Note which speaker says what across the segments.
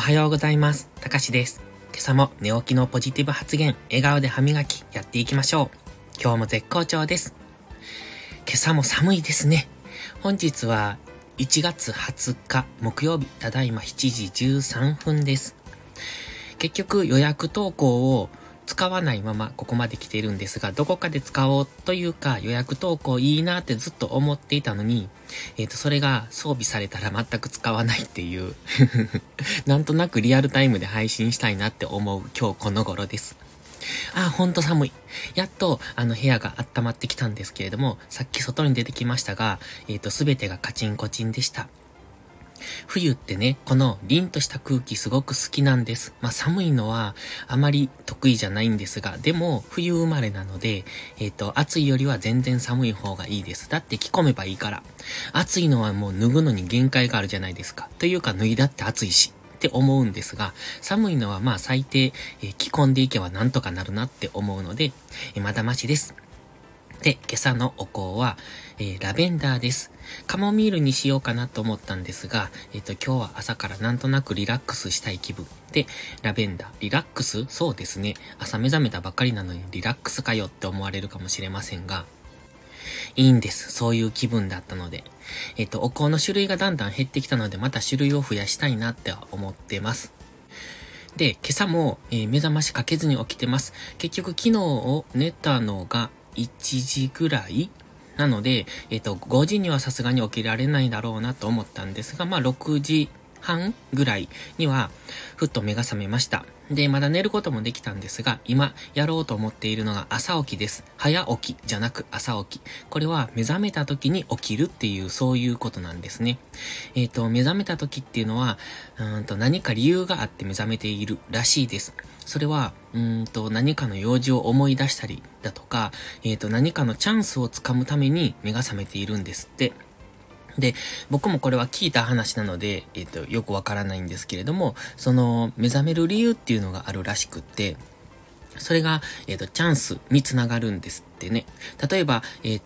Speaker 1: はようございます。たかしです。今朝も寝起きのポジティブ発言、笑顔で歯磨きやっていきましょう。今日も絶好調です。今朝も寒いですね。本日は1月20日木曜日、ただいま7時13分です。結局予約投稿を使わないままここまで来ているんですが、どこかで使おうというか予約投稿いいなってずっと思っていたのに、それが装備されたら全く使わないっていうなんとなくリアルタイムで配信したいなって思う今日この頃です。ほんと寒い。やっと部屋が温まってきたんですけれども、さっき外に出てきましたが、すべてがカチンコチンでした。冬ってね、この凛とした空気すごく好きなんです。寒いのはあまり得意じゃないんですが、でも冬生まれなので、暑いよりは全然寒い方がいいです。だって着込めばいいから。暑いのはもう脱ぐのに限界があるじゃないですか。というか脱いだって暑いし。って思うんですが、寒いのは最低、着込んでいけばなんとかなるなって思うので、まだましです。で、今朝のお香は、ラベンダーです。カモミールにしようかなと思ったんですが、今日は朝からなんとなくリラックスしたい気分で、ラベンダー。リラックス？そうですね。朝目覚めたばっかりなのにリラックスかよって思われるかもしれませんが、いいんです。そういう気分だったので。お香の種類がだんだん減ってきたので、また種類を増やしたいなって思ってます。で、今朝も、目覚ましかけずに起きてます。結局昨日を寝たのが1時ぐらいなので、5時にはさすがに起きられないだろうなと思ったんですが、6時半ぐらいには、ふっと目が覚めました。で、まだ寝ることもできたんですが、今やろうと思っているのが朝起きです。早起きじゃなく朝起き。これは目覚めた時に起きるっていう、そういうことなんですね。目覚めた時っていうのは、何か理由があって目覚めているらしいです。それは、何かの用事を思い出したりだとか、何かのチャンスをつかむために目が覚めているんですって。で、僕もこれは聞いた話なので、よくわからないんですけれども、その、目覚める理由っていうのがあるらしくって、それが、チャンスにつながるんですってね。例えば、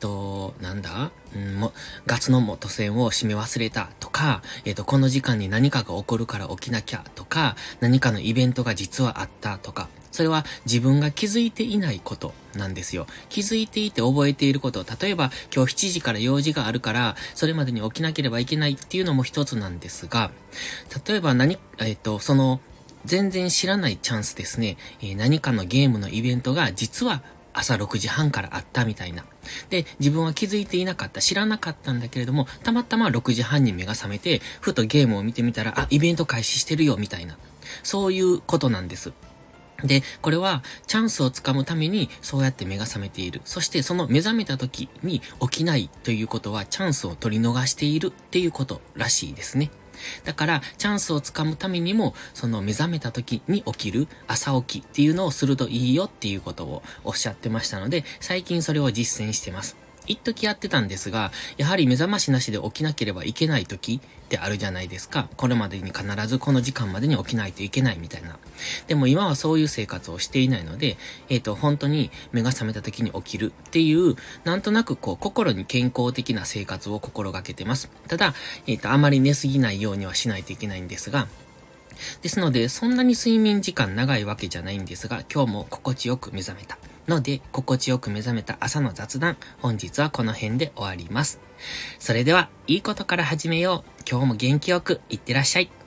Speaker 1: ガスの元栓を閉め忘れたとか、この時間に何かが起こるから起きなきゃとか、何かのイベントが実はあったとか、それは自分が気づいていないことなんですよ。気づいていて覚えていること。例えば、今日7時から用事があるから、それまでに起きなければいけないっていうのも一つなんですが、例えば全然知らないチャンスですね。何かのゲームのイベントが実は朝6時半からあったみたいな。で、自分は気づいていなかった、知らなかったんだけれども、たまたま6時半に目が覚めて、ふとゲームを見てみたら、イベント開始してるよ、みたいな。そういうことなんです。で、これはチャンスをつかむためにそうやって目が覚めている。そしてその目覚めた時に起きないということはチャンスを取り逃しているっていうことらしいですね。だからチャンスをつかむためにもその目覚めた時に起きる朝起きっていうのをするといいよっていうことをおっしゃってましたので、最近それを実践してます。一時やってたんですが、やはり目覚ましなしで起きなければいけない時ってあるじゃないですか。これまでに必ずこの時間までに起きないといけないみたいな。でも今はそういう生活をしていないので、本当に目が覚めた時に起きるっていう、なんとなく心に健康的な生活を心がけてます。ただ、あまり寝すぎないようにはしないといけないんですが、ですので、そんなに睡眠時間長いわけじゃないんですが、今日も心地よく目覚めた。ので、心地よく目覚めた朝の雑談、本日はこの辺で終わります。それでは、いいことから始めよう。今日も元気よくいってらっしゃい。